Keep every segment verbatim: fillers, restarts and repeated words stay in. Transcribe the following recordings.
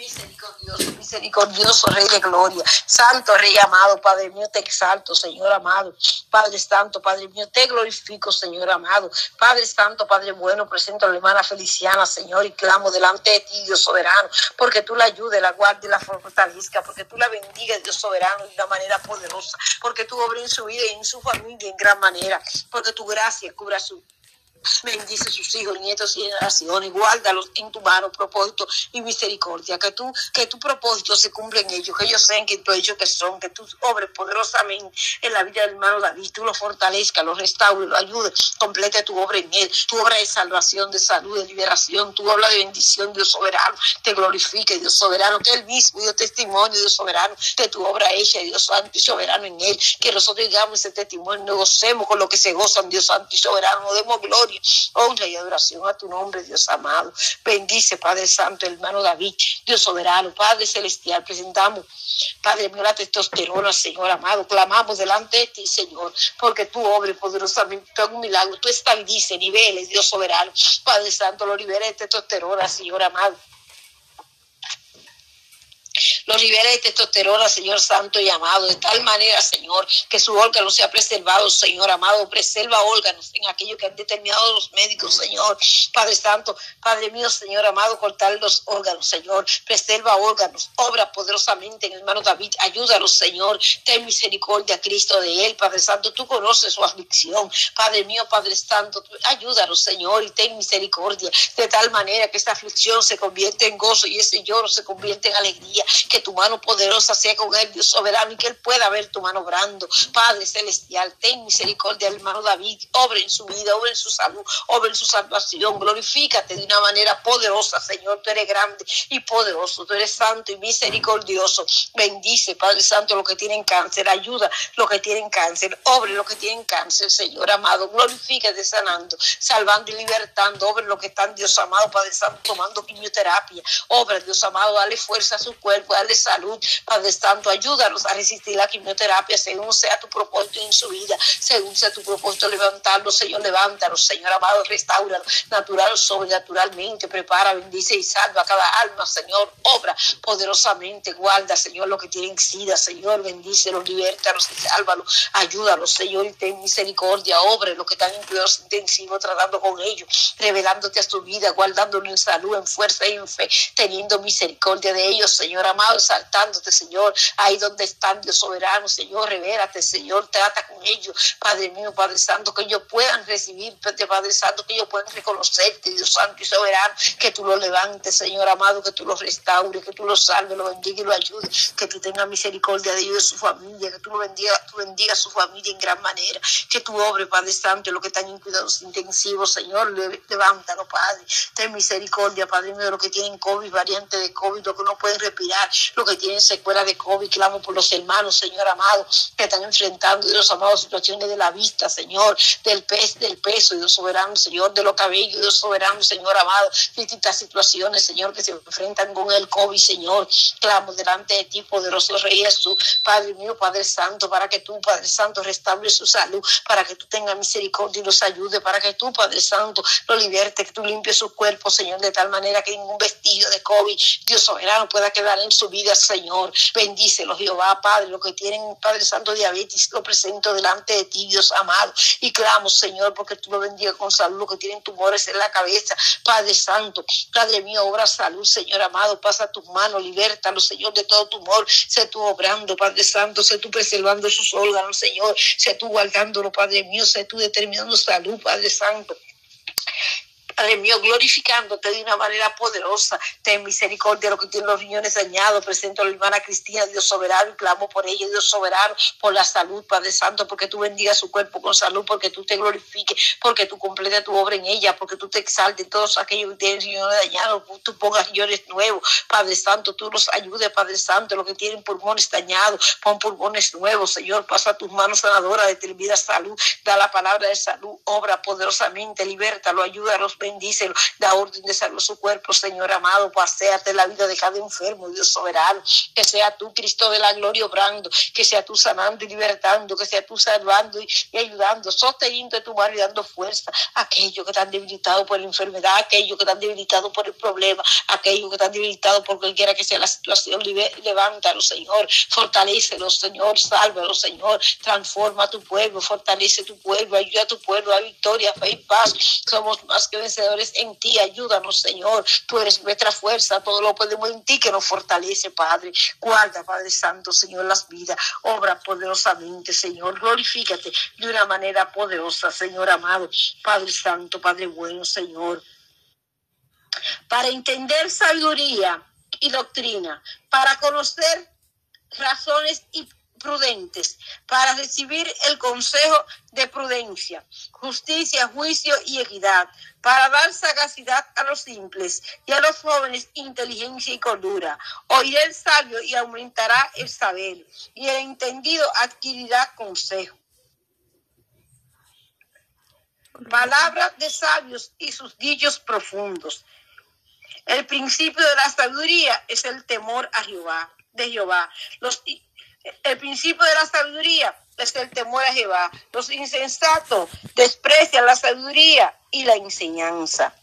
Misericordioso, misericordioso Rey de gloria, Santo Rey amado, Padre mío, te exalto, Señor amado, Padre Santo, Padre mío, te glorifico, Señor amado, Padre Santo, Padre bueno, presento a la hermana Feliciana, Señor, y clamo delante de ti, Dios soberano, porque tú la ayudes, la guardes y la fortalezca, porque tú la bendigas, Dios soberano, de una manera poderosa, porque tú obres en su vida y en su familia en gran manera, porque tu gracia cubra su bendice sus hijos, nietos y generaciones, guárdalos en tu mano, propósito y misericordia, que tú, que tu propósito se cumpla en ellos, que ellos sean que tú has dicho que son, que tú obres poderosamente en la vida del hermano David, tú lo fortalezcas, lo restaures, lo ayudes, complete tu obra en él, tu obra de salvación, de salud, de liberación, tu obra de bendición, Dios soberano, te glorifique, Dios soberano, que él mismo dio testimonio, Dios soberano, de tu obra hecha, Dios santo y soberano en él, que nosotros digamos ese testimonio, nos gocemos con lo que se gozan, Dios santo y soberano, nos demos gloria, honra y adoración a tu nombre, Dios amado. Bendice, Padre Santo, hermano David, Dios soberano, Padre celestial, presentamos, Padre mío, la testosterona, Señor amado, clamamos delante de ti, Señor, porque tú obres poderosamente, tú hagas un milagro, tú estabilices niveles, Dios soberano, Padre Santo, lo libera de testosterona, Señor amado. Los libera de testosterona, Señor santo y amado, de tal manera, Señor, que su órgano sea preservado, Señor amado, preserva órganos en aquello que han determinado los médicos, Señor, Padre santo, Padre mío, Señor amado, cortar los órganos, Señor, preserva órganos, obra poderosamente en el hermano David, ayúdalos, Señor, ten misericordia, Cristo, de él, Padre santo, tú conoces su aflicción, Padre mío, Padre santo, ayúdalos, Señor, y ten misericordia, de tal manera que esta aflicción se convierte en gozo y ese lloro se convierte en alegría, que tu mano poderosa sea con él, Dios soberano, y que él pueda ver tu mano obrando. Padre celestial, ten misericordia del hermano David, obra en su vida, obra en su salud, obra en su salvación, glorifícate de una manera poderosa, Señor, tú eres grande y poderoso, tú eres santo y misericordioso, bendice, Padre Santo, los que tienen cáncer, ayuda los que tienen cáncer, obre los que tienen cáncer, Señor amado, glorifícate sanando, salvando y libertando, obre los que están, Dios amado, Padre Santo, tomando quimioterapia, obra, Dios amado, dale fuerza a su cuerpo, dale salud, Padre Santo, ayúdanos a resistir la quimioterapia según sea tu propósito en su vida, según sea tu propósito levantarlo, Señor, levántalo, Señor amado, restauralo, natural, sobrenaturalmente, prepara, bendice y salva a cada alma, Señor, obra poderosamente, guarda, Señor, los que tienen sida, Señor, bendícelos, libértalos y sálvalos, ayúdalos, Señor, y ten misericordia, obra los que están en cuidados intensivos, tratando con ellos, revelándote a su vida, guardándolos en salud, en fuerza y en fe, teniendo misericordia de ellos, Señor amado, exaltándote, Señor, ahí donde están, Dios soberano, Señor, revélate, Señor, trata con ellos, Padre mío, Padre Santo, que ellos puedan recibirte, Padre Santo, que ellos puedan reconocerte, Dios Santo y soberano, que tú los levantes, Señor amado, que tú los restaures, que tú los salves, los bendiga y los ayudes, que tú tengas misericordia de ellos y de su familia, que tú lo bendigas, tú bendigas a su familia en gran manera, que tú obres, Padre Santo, los que están en cuidados intensivos, Señor, levántalo, Padre, ten misericordia, Padre mío, de los que tienen COVID, variante de COVID, los que no pueden respirar, los que tienen secuelas de COVID, clamo por los hermanos, Señor amado, que están enfrentando, Dios amado, situaciones de la vista, Señor, del peso, del peso, Dios soberano, Señor, de los cabellos, Dios soberano, Señor amado, distintas situaciones, Señor, que se enfrentan con el COVID, Señor, clamo delante de ti, poderoso Rey Jesús, Padre mío, Padre Santo, para que tú, Padre Santo, restaure su salud, para que tú tengas misericordia y los ayude, para que tú, Padre Santo, lo liberte, que tú limpies su cuerpo, Señor, de tal manera que ningún vestigio de COVID, Dios soberano, pueda quedar en su vida, Señor, bendícelo, Jehová, Padre, los que tienen, Padre Santo, diabetes, lo presento delante de ti, Dios amado, y clamo, Señor, porque tú lo bendigas con salud, los que tienen tumores en la cabeza, Padre Santo, Padre mío, obra salud, Señor amado, pasa tus manos, libértalo, Señor, de todo tumor, sé tú obrando, Padre Santo, sé tú preservando sus órganos, Señor, sé tú guardándolo, Padre mío, sé tú determinando salud, Padre Santo. Padre mío, glorificándote de una manera poderosa, ten misericordia de los que tienen los riñones dañados, presento a la hermana Cristina, Dios soberano, y clamo por ella, Dios soberano, por la salud, Padre Santo, porque tú bendigas su cuerpo con salud, porque tú te glorifiques, porque tú completes tu obra en ella, porque tú te exaltes, todos aquellos que tienen riñones dañados, tú pongas riñones nuevos, Padre Santo, tú los ayudes, Padre Santo, los que tienen pulmones dañados, pon pulmones nuevos, Señor, pasa tus manos sanadoras, determina salud, da la palabra de salud, obra poderosamente, libértalo, ayúdalos, bendícelo, da orden de salud a su cuerpo, Señor amado, paséate la vida de cada enfermo, Dios soberano, que sea tú, Cristo de la gloria, obrando, que sea tú sanando y libertando, que sea tú salvando y, y ayudando, sosteniendo de tu mano y dando fuerza a aquellos que están debilitados por la enfermedad, aquellos que están debilitados por el problema, aquellos que están debilitados por cualquiera que sea la situación. Levántalo, Señor, fortalécelo, Señor, sálvalo, Señor, transforma a tu pueblo, fortalece tu pueblo, ayuda a tu pueblo a victoria, fe y paz. Somos más que vencedores en ti, ayúdanos, Señor, tú eres nuestra fuerza, todo lo podemos en ti que nos fortalece, Padre. Guarda, Padre Santo, Señor, las vidas, obra poderosamente, Señor, glorifícate de una manera poderosa, Señor amado, Padre Santo, Padre bueno, Señor, para entender sabiduría y doctrina, para conocer razones y prudentes, para recibir el consejo de prudencia, justicia, juicio y equidad, para dar sagacidad a los simples y a los jóvenes inteligencia y cordura. Oirá el sabio y aumentará el saber, y el entendido adquirirá consejo. Palabras de sabios y sus dichos profundos. El principio de la sabiduría es el temor a Jehová, de Jehová. Los, el principio de la sabiduría es el temor a Jehová. Los insensatos desprecian la sabiduría y la enseñanza.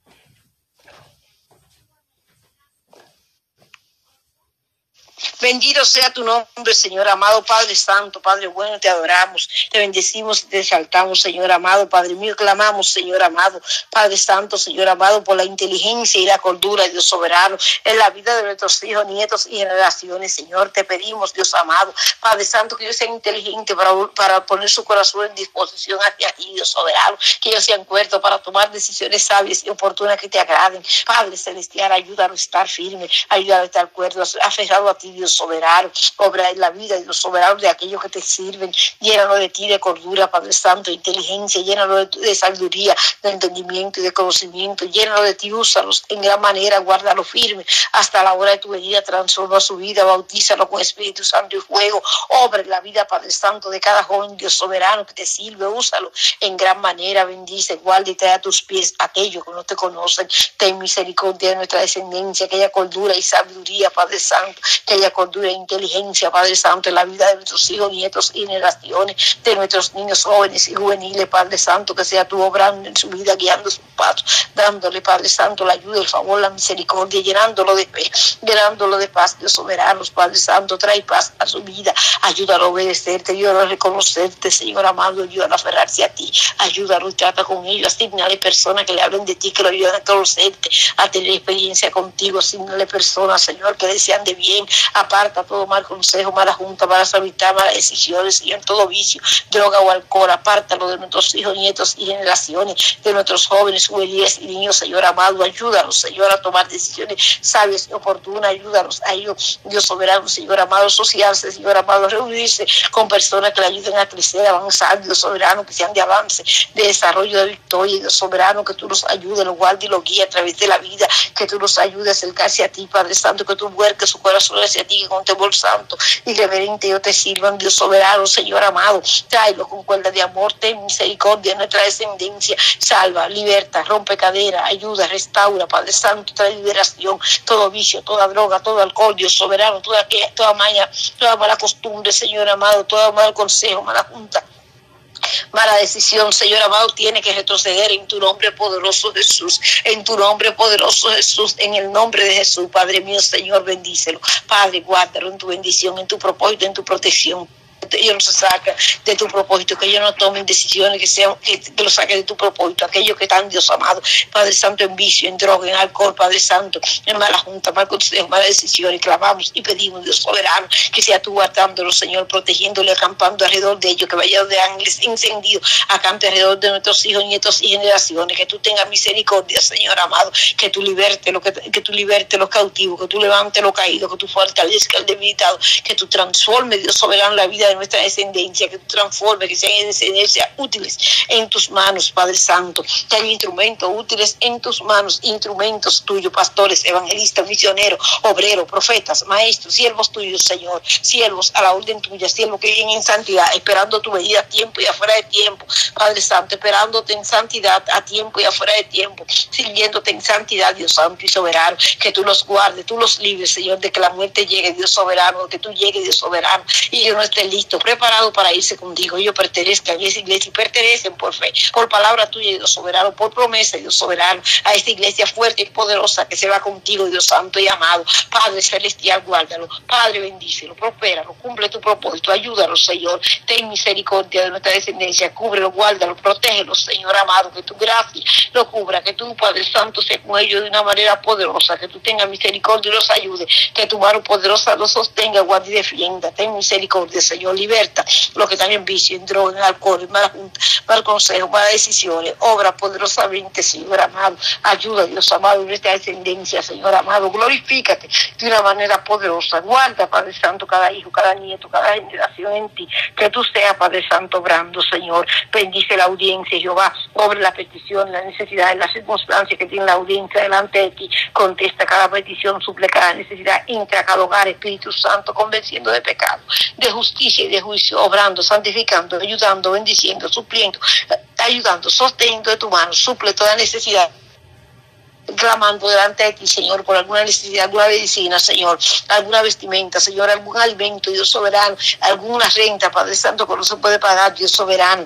Bendito sea tu nombre, Señor amado, Padre Santo, Padre bueno, te adoramos, te bendecimos y te exaltamos, Señor amado, Padre mío, clamamos, Señor amado, Padre Santo, Señor amado, por la inteligencia y la cordura, Dios soberano, en la vida de nuestros hijos, nietos y generaciones, Señor, te pedimos, Dios amado, Padre Santo, que ellos sean inteligentes para, para poner su corazón en disposición hacia ti, Dios soberano, que ellos sean cuerdos para tomar decisiones sabias y oportunas que te agraden. Padre celestial, ayúdanos a estar firmes, ayúdanos a estar cuerdos, aferrado a ti, Dios soberano, obra en la vida de los soberanos de aquellos que te sirven, llénalo de ti de cordura, Padre Santo, de inteligencia, llénalo de, de sabiduría, de entendimiento y de conocimiento, llénalo de ti, úsalos en gran manera, guárdalo firme hasta la hora de tu venida, transforma su vida, bautízalo con Espíritu Santo y fuego, obra en la vida, Padre Santo, de cada joven, Dios soberano que te sirve, úsalo en gran manera, bendice, guarda y trae a tus pies aquellos que no te conocen, ten misericordia de nuestra descendencia, que haya cordura y sabiduría, Padre Santo, que haya cordura e inteligencia, Padre Santo, en la vida de nuestros hijos, nietos y generaciones, de nuestros niños jóvenes y juveniles, Padre Santo, que sea tú obrando en su vida, guiando sus pasos, dándole, Padre Santo, la ayuda, el favor, la misericordia, llenándolo de fe, llenándolo de paz, Dios soberano, Padre Santo, trae paz a su vida, ayúdalo a obedecerte, ayúdalo a reconocerte, Señor amado, ayúdalo a aferrarse a ti, ayúdalo y trata con ellos, asignale personas que le hablen de ti, que lo ayuden a conocerte, a tener experiencia contigo, asignale personas, Señor, que desean de bien, aparta todo mal consejo, mala junta, malas amistades, malas decisiones, Señor, todo vicio, droga o alcohol, apártalo de nuestros hijos, nietos y generaciones, de nuestros jóvenes, juveniles y niños, Señor amado, ayúdanos, Señor, a tomar decisiones sabias y oportunas, ayúdanos a ellos, Dios soberano, Señor amado, asociarse, Señor amado, reunirse con personas que le ayuden a crecer, a avanzar, Dios soberano, que sean de avance, de desarrollo, de victoria, Dios soberano, que tú los ayudes, los guardes y los guíes a través de la vida, que tú los ayudes a acercarse a ti, Padre Santo, que tú vuelques su corazón hacia ti, que con temor santo y reverente yo te sirvan, Dios soberano, Señor amado, tráelo con cuerda de amor, ten misericordia de nuestra descendencia, salva, liberta, rompe cadera, ayuda, restaura, Padre Santo, trae liberación, todo vicio, toda droga, todo alcohol, Dios soberano, toda, toda mala, toda mala costumbre, Señor amado, todo mal consejo, mala junta, mala decisión, Señor amado, tiene que retroceder en tu nombre poderoso Jesús, en tu nombre poderoso Jesús, en el nombre de Jesús, Padre mío, Señor, bendícelo, Padre, guárdalo en tu bendición, en tu propósito, en tu protección. Que ellos no se saca de tu propósito, que ellos no tomen decisiones que sean, que, que lo saquen de tu propósito, aquellos que están, Dios amado, Padre Santo, en vicio, en droga, en alcohol, Padre Santo, en mala junta, mal consejo, malas decisiones, clamamos y pedimos, Dios soberano, que sea tú guardándolo, Señor, protegiéndole, acampando alrededor de ellos, que vaya de ángeles encendidos, acampe alrededor de nuestros hijos, nietos y generaciones, que tú tengas misericordia, Señor amado, que tú liberte lo que, que tú liberte los cautivos, que tú levantes los caídos, que tú fortalezcas al debilitado, que tú transformes, Dios soberano, la vida de nuestra descendencia, que tú transformes, que sean descendencia útiles en tus manos, Padre Santo, sean instrumentos útiles en tus manos, instrumentos tuyos, pastores, evangelistas, misioneros, obreros, profetas, maestros, siervos tuyos, Señor, siervos a la orden tuya, siervos que viven en santidad, esperando tu venida a tiempo y afuera de tiempo, Padre Santo, esperándote en santidad a tiempo y afuera de tiempo, sirviéndote en santidad, Dios Santo y soberano, que tú los guardes, tú los libres, Señor, de que la muerte llegue, Dios soberano, que tú llegues, Dios soberano, y yo no esté listo, preparado para irse contigo, ellos pertenezcan a esa iglesia y pertenecen por fe, por palabra tuya, Dios soberano, por promesa, Dios soberano, a esta iglesia fuerte y poderosa que se va contigo, Dios Santo y amado, Padre celestial, guárdalo, Padre bendícelo, prospéralo, cumple tu propósito, ayúdalo, Señor, ten misericordia de nuestra descendencia, cúbrelo, guárdalo, protégelo, Señor amado, que tu gracia lo cubra, que tu Padre Santo sea con ellos de una manera poderosa, que tú tengas misericordia y los ayude, que tu mano poderosa los sostenga, guarde y defienda, ten misericordia, Señor, liberta lo que también vicio, en droga, en alcohol, en mala junta, mal consejo, malas decisiones, obra poderosamente, Señor amado, ayuda, Dios amado, en esta descendencia, Señor amado, glorifícate de una manera poderosa, guarda, Padre Santo, cada hijo, cada nieto, cada generación en ti, que tú seas, Padre Santo, obrando, Señor, bendice la audiencia, Jehová, obre la petición, la necesidad, las circunstancias que tiene la audiencia delante de ti, contesta cada petición, suple cada necesidad, entra a cada hogar, Espíritu Santo, convenciendo de pecado, de justicia y de juicio, obrando, santificando, ayudando, bendiciendo, supliendo, ayudando, sosteniendo de tu mano, suple toda necesidad, clamando delante de ti, Señor, por alguna necesidad, alguna medicina, Señor, alguna vestimenta, Señor, algún alimento, Dios soberano, alguna renta, Padre Santo, que no se puede pagar, Dios soberano.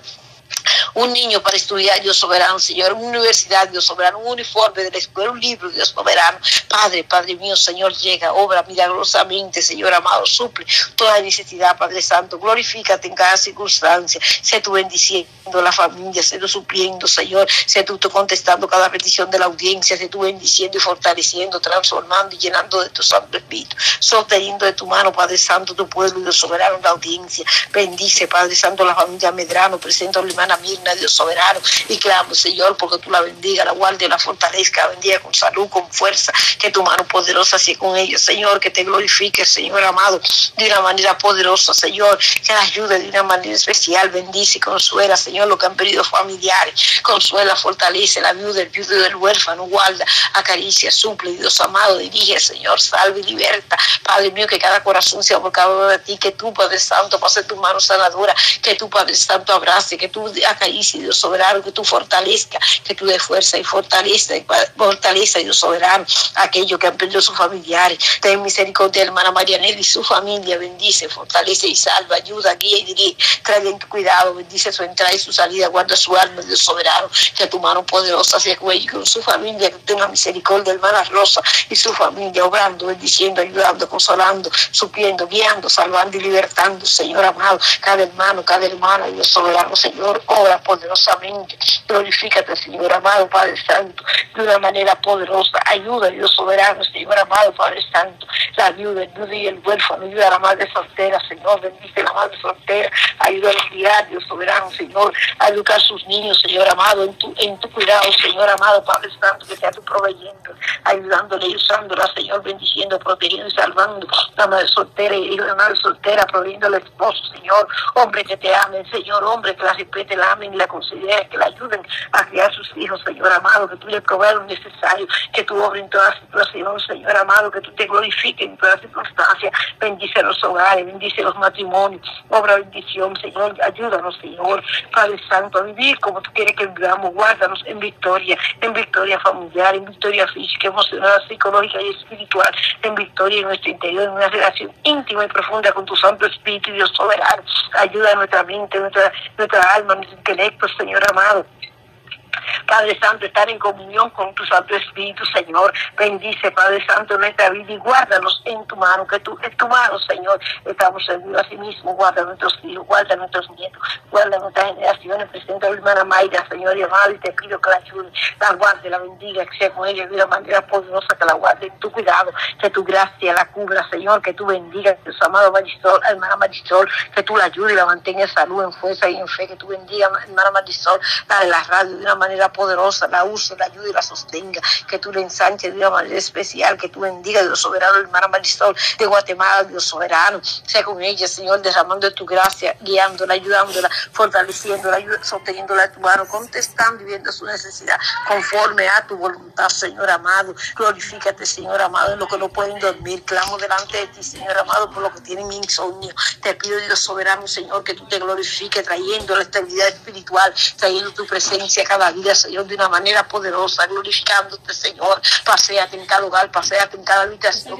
Un niño para estudiar, Dios soberano, Señor, una universidad, Dios soberano, un uniforme de la escuela, un libro, Dios soberano, Padre, Padre mío, Señor, llega, obra milagrosamente, Señor amado, suple toda necesidad, Padre Santo, glorifícate en cada circunstancia, sé tú bendiciendo la familia, sé tú supliendo, Señor, sé tú contestando cada petición de la audiencia, sé tú bendiciendo y fortaleciendo, transformando y llenando de tu Santo Espíritu, sosteniendo de tu mano, Padre Santo, tu pueblo, Dios soberano, la audiencia, bendice, Padre Santo, la familia Medrano, presenta a la hermana Mirna, Dios soberano, y clamo, Señor, porque tú la bendiga, la guarde, la fortalezca, la bendiga con salud, con fuerza, que tu mano poderosa sea con ellos, Señor, que te glorifique, Señor amado, de una manera poderosa, Señor, que la ayude de una manera especial, bendice y consuela, Señor, lo que han perdido familiares, consuela, fortalece la viuda, el viudo del huérfano, guarda, acaricia, suple, Dios amado, dirige, Señor, salve y liberta, Padre mío, que cada corazón sea volcado de ti, que tú, Padre Santo, pase tu mano sanadora, que tú, Padre Santo, abrace, que tú acaricie, Dios soberano, que tú fortalezca, que tú dé fuerza y fortaleza, y fortaleza, Dios soberano, aquellos que han perdido sus familiares. Ten misericordia, hermana Marianela y su familia, bendice, fortalece y salva, ayuda, guía y dirige, trae en tu cuidado, bendice su entrada y su salida, guarda su alma, Dios soberano, que tu mano poderosa sea con ellos, con su familia, que tenga misericordia, hermana Rosa y su familia, obrando, bendiciendo, ayudando, consolando, supliendo, guiando, salvando y libertando, Señor amado, cada hermano, cada hermana, Dios soberano, Señor, obra poderosamente, glorifícate, Señor amado, Padre Santo, de una manera poderosa, ayuda, Dios soberano, Señor amado, Padre Santo, la viuda, el viudo y el huérfano, ayuda a la madre soltera, Señor, bendice a la madre soltera, ayuda a los diarios, Dios soberano, Señor, a educar a sus niños, Señor amado, en tu, en tu cuidado, Señor amado, Padre Santo, que sea tu proveyendo, ayudándole y usándola, Señor, bendiciendo, protegiendo y salvando la madre soltera y la madre soltera, proveyendo al esposo, Señor, hombre que te amen, Señor, hombre que la respete, la amen y la consideren, que la ayuden a criar sus hijos, Señor amado, que tú le proveas lo necesario, que tú obres en toda situación, Señor amado, que tú te glorifiques en toda circunstancia, bendice los hogares, bendice los matrimonios, obra bendición, Señor, ayúdanos, Señor, Padre Santo, a vivir como tú quieres que vivamos, guárdanos en victoria, en victoria familiar, en victoria física, emocional, psicológica y espiritual, en victoria en nuestro interior, en una relación íntima y profunda con tu Santo Espíritu, Dios soberano, ayuda a nuestra mente, nuestra, nuestra alma, nuestro intelecto, Señor amado. Padre Santo, estar en comunión con tu Santo Espíritu, Señor. Bendice, Padre Santo, nuestra vida y guárdanos en tu mano, que tú, en tu mano, Señor, estamos seguros a sí mismo. Guarda a nuestros hijos, guarda a nuestros nietos, guarda a nuestras generaciones. Presenta a la hermana Mayra, Señor, y amado, y te pido que la ayude, la guarde, la bendiga, que sea con ella de una manera poderosa, que la guarde en tu cuidado, que tu gracia la cubra, Señor, que tú bendiga a su amado Marisol, hermana Marisol, que tú la ayudes y la mantenga en salud, en fuerza y en fe, que tú bendiga, hermana Marisol, la de la radio de una manera manera poderosa la use, la ayude y la sostenga, que tú le ensanches de una manera especial, que tú bendiga, Dios soberano, hermana Marisol de Guatemala, Dios soberano, sea con ella, Señor, derramando de tu gracia, guiándola, ayudándola, fortaleciéndola, sosteniéndola de tu mano, contestando y viendo su necesidad conforme a tu voluntad, Señor amado. Glorifícate, Señor amado, en lo que no pueden dormir. Clamo delante de ti, Señor amado, por lo que tienen insomnio. Te pido, Dios soberano, Señor, que tú te glorifiques trayendo la estabilidad espiritual, trayendo tu presencia cada día, Señor, de una manera poderosa, glorificándote, Señor. Paséate en cada hogar, paséate en cada habitación,